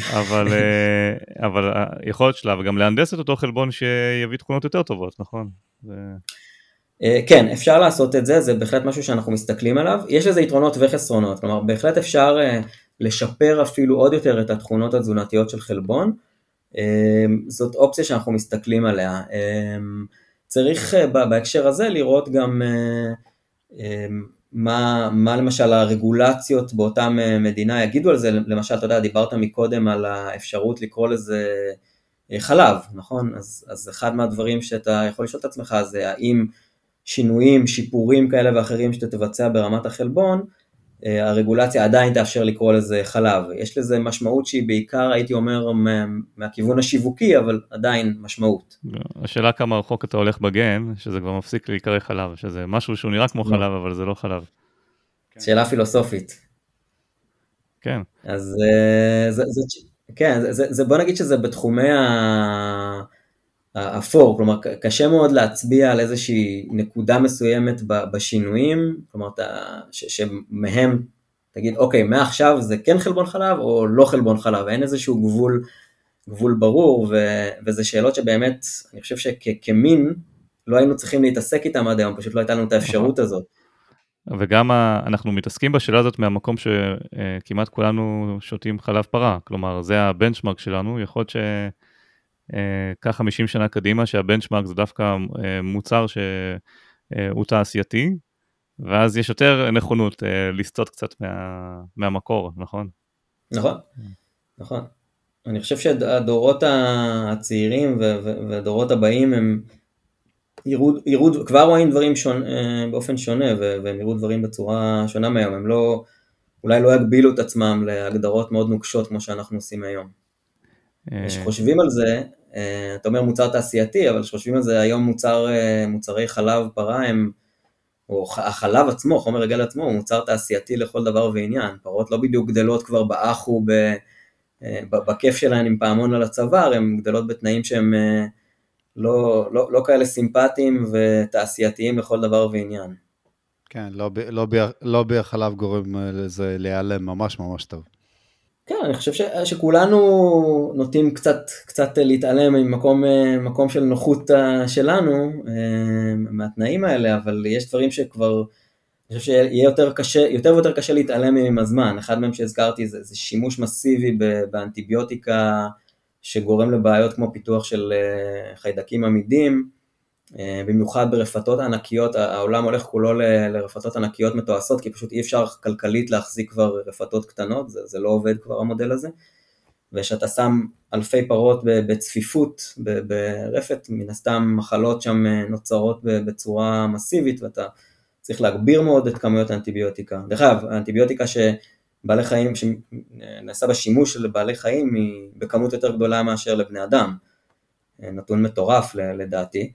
Speaker 3: אבל יכול להיות שלב גם להנדס את אותו חלבון שיביא תכונות יותר טובות, נכון?
Speaker 4: כן, אפשר לעשות את זה, זה בהחלט משהו שאנחנו מסתכלים עליו, יש לזה יתרונות וחסרונות, כלומר בהחלט אפשר, לשפר אפילו עוד יותר את התכונות התזונתיות של חלבון, זאת אופציה שאנחנו מסתכלים עליה. צריך בהקשר הזה לראות גם מה למשל הרגולציות באותה מדינה יגידו על זה. למשל, אתה יודע, דיברת מקודם על האפשרות לקרוא לזה חלב, נכון? אז אחד מהדברים שאתה יכול לשאול את עצמך זה האם שינויים, שיפורים כאלה ואחרים שאתה תבצע ברמת החלבון, הרגולציה עדיין תאפשר לקרוא לזה חלב. יש לזה משמעות שהיא בעיקר, הייתי אומר, מהכיוון השיווקי, אבל עדיין משמעות.
Speaker 3: השאלה כמה רחוק אתה הולך בגן, שזה כבר מפסיק להיקרא חלב, שזה משהו שהוא נראה כמו חלב, אבל זה לא חלב.
Speaker 4: שאלה פילוסופית.
Speaker 3: כן.
Speaker 4: אז כן, בוא נגיד שזה בתחומי האפור, כלומר, קשה מאוד להצביע על איזושהי נקודה מסוימת בשינויים, כלומר, שמהם תגיד, אוקיי, מעכשיו זה כן חלבון חלב או לא חלבון חלב, אין איזשהו גבול ברור, וזה שאלות שבאמת, אני חושב שכמין, לא היינו צריכים להתעסק איתם עד היום, פשוט לא הייתה לנו את האפשרות הזאת.
Speaker 3: וגם אנחנו מתעסקים בשאלה הזאת מהמקום שכמעט כולנו שותים חלב פרה, כלומר, זה הבנצ'מרק שלנו, יכול להיות כך 50 שנה קדימה, שהבנצ'מרק זה דווקא מוצר שהוא תעשייתי, ואז יש יותר נכונות לסטות קצת מהמקור, נכון?
Speaker 4: נכון. אני חושב שהדורות הצעירים והדורות הבאים הם כבר רואים דברים באופן שונה, והם יראו דברים בצורה שונה מהיום, הם אולי לא יגבילו את עצמם להגדרות מאוד נוקשות כמו שאנחנו עושים היום. שחושבים על זה, אתה אומר מוצר תעשייתי, אבל שחושבים על זה היום מוצרי חלב פרה, או החלב עצמו, חומר הגל עצמו, הוא מוצר תעשייתי לכל דבר ועניין. פרות לא בדיוק גדלות כבר באח בכיף שלהן עם פעמון על הצוואר, הן גדלות בתנאים שהם לא כאלה סימפטיים ותעשייתיים לכל דבר ועניין.
Speaker 2: כן, לא בחלב גורם לזה להיעלם ממש ממש טוב.
Speaker 4: כן, אני חושב שכולנו נוטים קצת להתעלם ממקום של נוחות שלנו, מהתנאים האלה, אבל יש דברים שכבר, אני חושב שיהיה יותר ויותר קשה להתעלם עם הזמן. אחד מהם שהזכרתי זה שימוש מסיבי באנטיביוטיקה, שגורם לבעיות כמו פיתוח של חיידקים עמידים, במיוחד ברפתות ענקיות, העולם הולך כולו לרפתות ענקיות מתועשות, כי פשוט אי אפשר כלכלית להחזיק כבר רפתות קטנות, זה לא עובד כבר המודל הזה, ושאתה שם אלפי פרות בצפיפות, ברפת, מן הסתם מחלות שם נוצרות בצורה מסיבית, ואתה צריך להגביר מאוד את כמויות האנטיביוטיקה. דרך אגב, האנטיביוטיקה שבעלי חיים, שנעשה בשימוש של בעלי חיים, היא בכמות יותר גדולה מאשר לבני אדם, נתון מטורף לדעתי,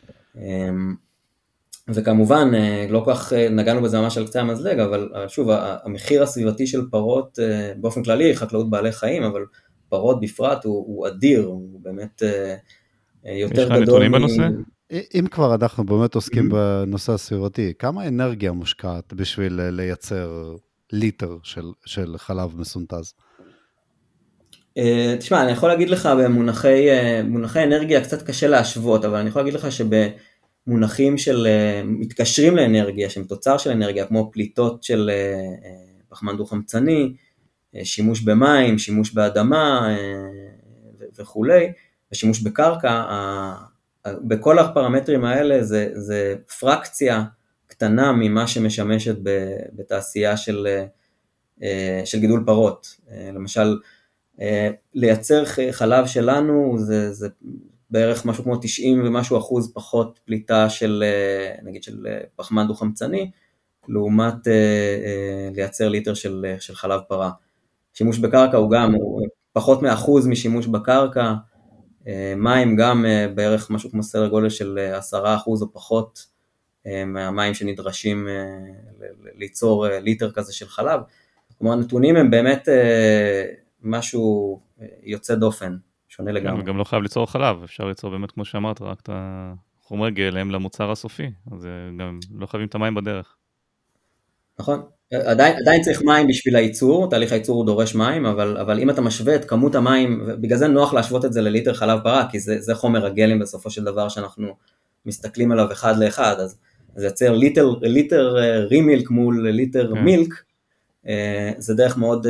Speaker 4: וכמובן לא כך נגענו בזה ממש על קצה המזלג, אבל שוב, המחיר הסביבתי של פרות באופן כללי, חקלאות בעלי חיים, אבל פרות בפרט הוא אדיר, הוא באמת יותר גדול.
Speaker 3: יש לך נתונים בנושא?
Speaker 2: אם כבר אנחנו באמת עוסקים בנושא הסביבתי, כמה אנרגיה מושקעת בשביל לייצר ליטר של חלב מסונטז?
Speaker 4: תשמע, אני יכול להגיד לך במונחי אנרגיה קצת קשה להשוות, אבל אני יכול להגיד לך שבמונחים של מתקשרים לאנרגיה, שהם תוצר של אנרגיה, כמו פליטות של פחמן דו-חמצני, שימוש במים, שימוש באדמה וכולי, ושימוש בקרקע, בכל הפרמטרים האלה זה פרקציה קטנה ממה שמשמשת בתעשייה של גידול פרות. למשל, לייצר חלב שלנו זה בערך משהו כמו 90 ומשהו אחוז פחות פליטה נגיד של פחמן דו-חמצני, לעומת לייצר ליטר של חלב פרה. שימוש בקרקע הוא גם פחות מ1% משימוש בקרקע, מים גם בערך משהו כמו סדר גודל של 10% או פחות מהמים שנדרשים ליצור ליטר כזה של חלב. כלומר, הנתונים הם באמת משהו יוצא דופן, שונה לגמרי.
Speaker 3: גם לא חייב ליצור חלב, אפשר ליצור באמת כמו שאמרת, רק את החומרי גלם למוצר הסופי, אז גם לא חייבים את המים בדרך.
Speaker 4: נכון, עדיין צריך מים בשביל הייצור, תהליך הייצור הוא דורש מים, אבל אם אתה משווה את כמות המים, ובגלל זה נוח להשוות את זה לליטר חלב פרה, כי זה חומר הגלם בסופו של דבר שאנחנו מסתכלים עליו אחד לאחד, אז זה יוצר ליטר רימילק מול ליטר מילק, זה דרך מאוד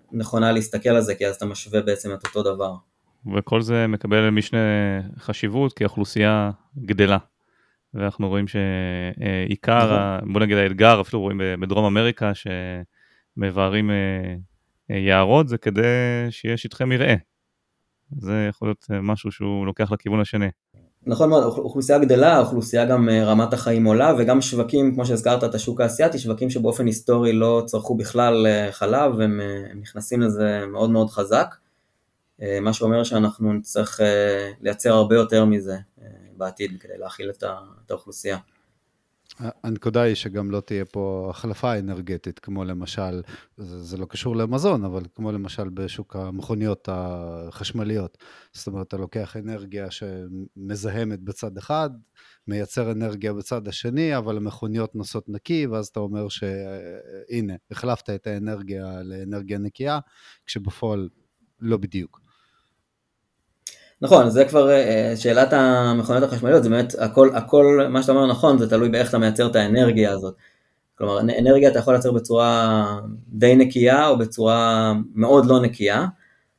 Speaker 4: נכונה להסתכל על זה, כי אז אתה משווה בעצם את אותו דבר.
Speaker 3: וכל זה מקבל משנה חשיבות, כי האוכלוסייה גדלה. ואנחנו רואים שעיקר, בוא נגיד האתגר, אפילו רואים בדרום אמריקה, שמבארים יערות, זה כדי שיהיה שטחי מרעה. זה יכול להיות משהו שהוא לוקח לכיוון השני.
Speaker 4: נכון מאוד, אוכלוסייה גדלה, אוכלוסייה גם רמת החיים עולה, וגם שווקים, כמו שהזכרת את השוק האסייתי, שווקים שבאופן היסטורי לא צרכו בכלל חלב, הם נכנסים לזה מאוד מאוד חזק, מה שאומר שאנחנו נצטרך לייצר הרבה יותר מזה בעתיד, כדי להכיל את האוכלוסייה.
Speaker 2: הנקודה היא שגם לא תהיה פה החלפה אנרגטית, כמו למשל, זה לא קשור למזון, אבל כמו למשל בשוק המכוניות החשמליות. זאת אומרת, אתה לוקח אנרגיה שמזהמת בצד אחד, מייצר אנרגיה בצד השני, אבל המכוניות נוסעות נקי, ואז אתה אומר שהנה, החלפת את האנרגיה לאנרגיה נקייה, כשבפועל לא בדיוק.
Speaker 4: נכון, זה כבר שאלת המכוניות החשמליות, זה באמת הכל מה שאתה אומר נכון, זה תלוי באיך אתה מייצר את האנרגיה הזאת. כלומר, אנרגיה אתה יכול לייצר בצורה די נקייה, או בצורה מאוד לא נקייה,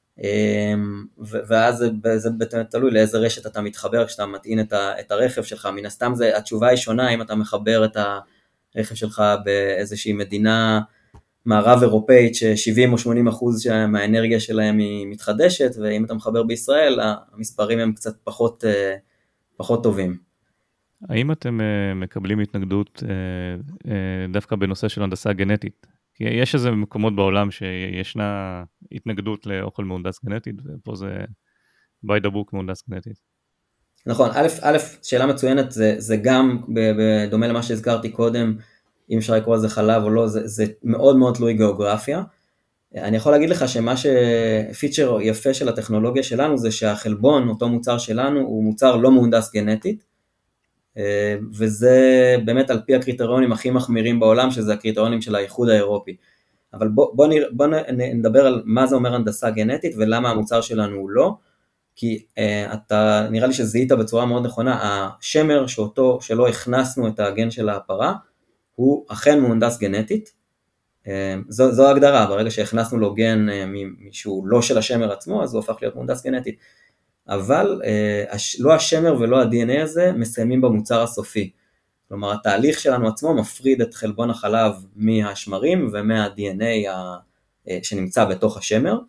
Speaker 4: ואז זה תלוי לאיזה רשת אתה מתחבר, כשאתה מטעין את הרכב שלך, מן הסתם התשובה היא שונה, אם אתה מחבר את הרכב שלך באיזושהי מדינה מערב אירופאית, ש70 או 80% מהאנרגיה שלהם היא מתחדשת, ואם אתה מחבר בישראל, המספרים הם קצת פחות טובים.
Speaker 3: האם אתם מקבלים התנגדות דווקא בנושא של הנדסה גנטית? כי יש איזה מקומות בעולם שישנה התנגדות לאוכל מהונדס גנטית, ופה זה by the book מהונדס גנטית.
Speaker 4: נכון, א', שאלה מצוינת, זה גם בדומה למה שהזכרתי קודם, אם אפשר לקרוא לזה חלב או לא, זה מאוד מאוד תלוי גיאוגרפיה. אני יכול להגיד לך שמה שפיצ'ר יפה של הטכנולוגיה שלנו, זה שהחלבון, אותו מוצר שלנו, הוא מוצר לא מהונדס גנטית, וזה באמת על פי הקריטריונים הכי מחמירים בעולם, שזה הקריטריונים של האיחוד האירופי. אבל בוא נדבר על מה זה אומר הנדסה גנטית, ולמה המוצר שלנו הוא לא, כי אתה נראה לי שזיהית בצורה מאוד נכונה, השמר שלא הכנסנו את הגן של הפרה, הוא אכן מהונדס גנטית, זו ההגדרה, ברגע שהכנסנו לו גן שהוא לא של השמר עצמו, אז הוא הופך להיות מהונדס גנטית, אבל לא השמר ולא ה-DNA הזה מסיימים במוצר הסופי, כלומר התהליך שלנו עצמו מפריד את חלבון החלב מהשמרים ומה-DNA שנמצא בתוך השמר,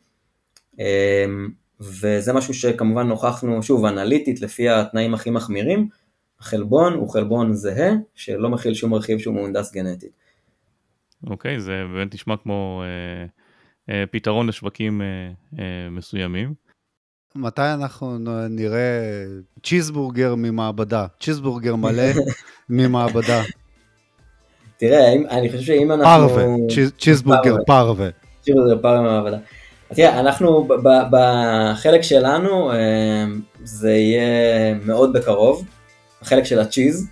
Speaker 4: וזה משהו שכמובן נוכחנו, שוב, אנליטית לפי התנאים הכי מחמירים, החלבון הוא חלבון זהה, שלא מכיל שום רכיב שהוא מהונדס גנטית.
Speaker 3: אוקיי, זה באמת נשמע כמו פתרון לשווקים מסוימים.
Speaker 2: מתי אנחנו נראה צ'יזבורגר ממעבדה, צ'יזבורגר מלא ממעבדה?
Speaker 4: תראה, אני חושב שאם אנחנו...
Speaker 2: פרווה, צ'יזבורגר פרווה.
Speaker 4: צ'יזבורגר פרווה ממעבדה. תראה, אנחנו בחלק שלנו, זה יהיה מאוד בקרוב, החלק של הצ'יז.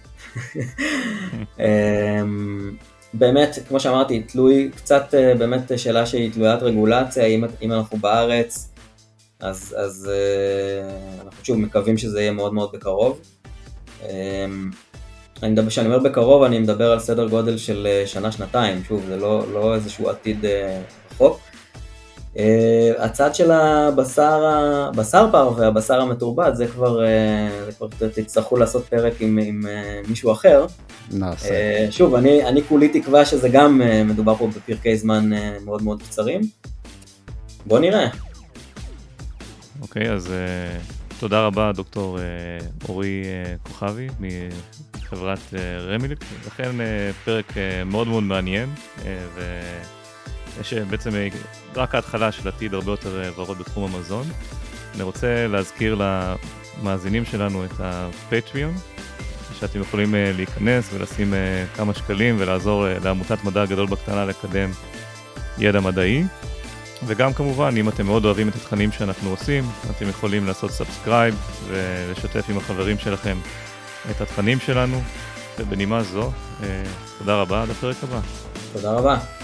Speaker 4: באמת, כמו שאמרתי, תלוי קצת באמת שאלה שהיא תלוית רגולציה, אם אנחנו בארץ, אז אנחנו שוב מקווים שזה יהיה מאוד מאוד בקרוב. כשאני אומר בקרוב, אני מדבר על סדר גודל של שנה-שנתיים, שוב, זה לא איזשהו עתיד רחוק. הצד של הבשר פר והבשר המתורבת, זה כבר תצטרכו לעשות פרק עם מישהו אחר.
Speaker 2: נעשה.
Speaker 4: שוב, אני כולי תקווה שזה גם מדובר פה בפרקי זמן מאוד מאוד קצרים. בוא נראה.
Speaker 3: אוקיי, אז תודה רבה דוקטור אורי כוכבי מחברת רמיליק. לכן פרק מאוד מאוד מעניין, יש בעצם רק ההתחלה של עתיד הרבה יותר ורוד בתחום המזון. אני רוצה להזכיר למאזינים שלנו את הפטריון, שאתם יכולים להיכנס ולשים כמה שקלים ולעזור לעמותת מדע הגדול בקטנה לקדם ידע מדעי. וגם כמובן, אם אתם מאוד אוהבים את התכנים שאנחנו עושים, אתם יכולים לעשות סאבסקרייב ולשתף עם החברים שלכם את התכנים שלנו. ובנימה זו, תודה רבה, עד הפרק הבא.
Speaker 4: תודה רבה.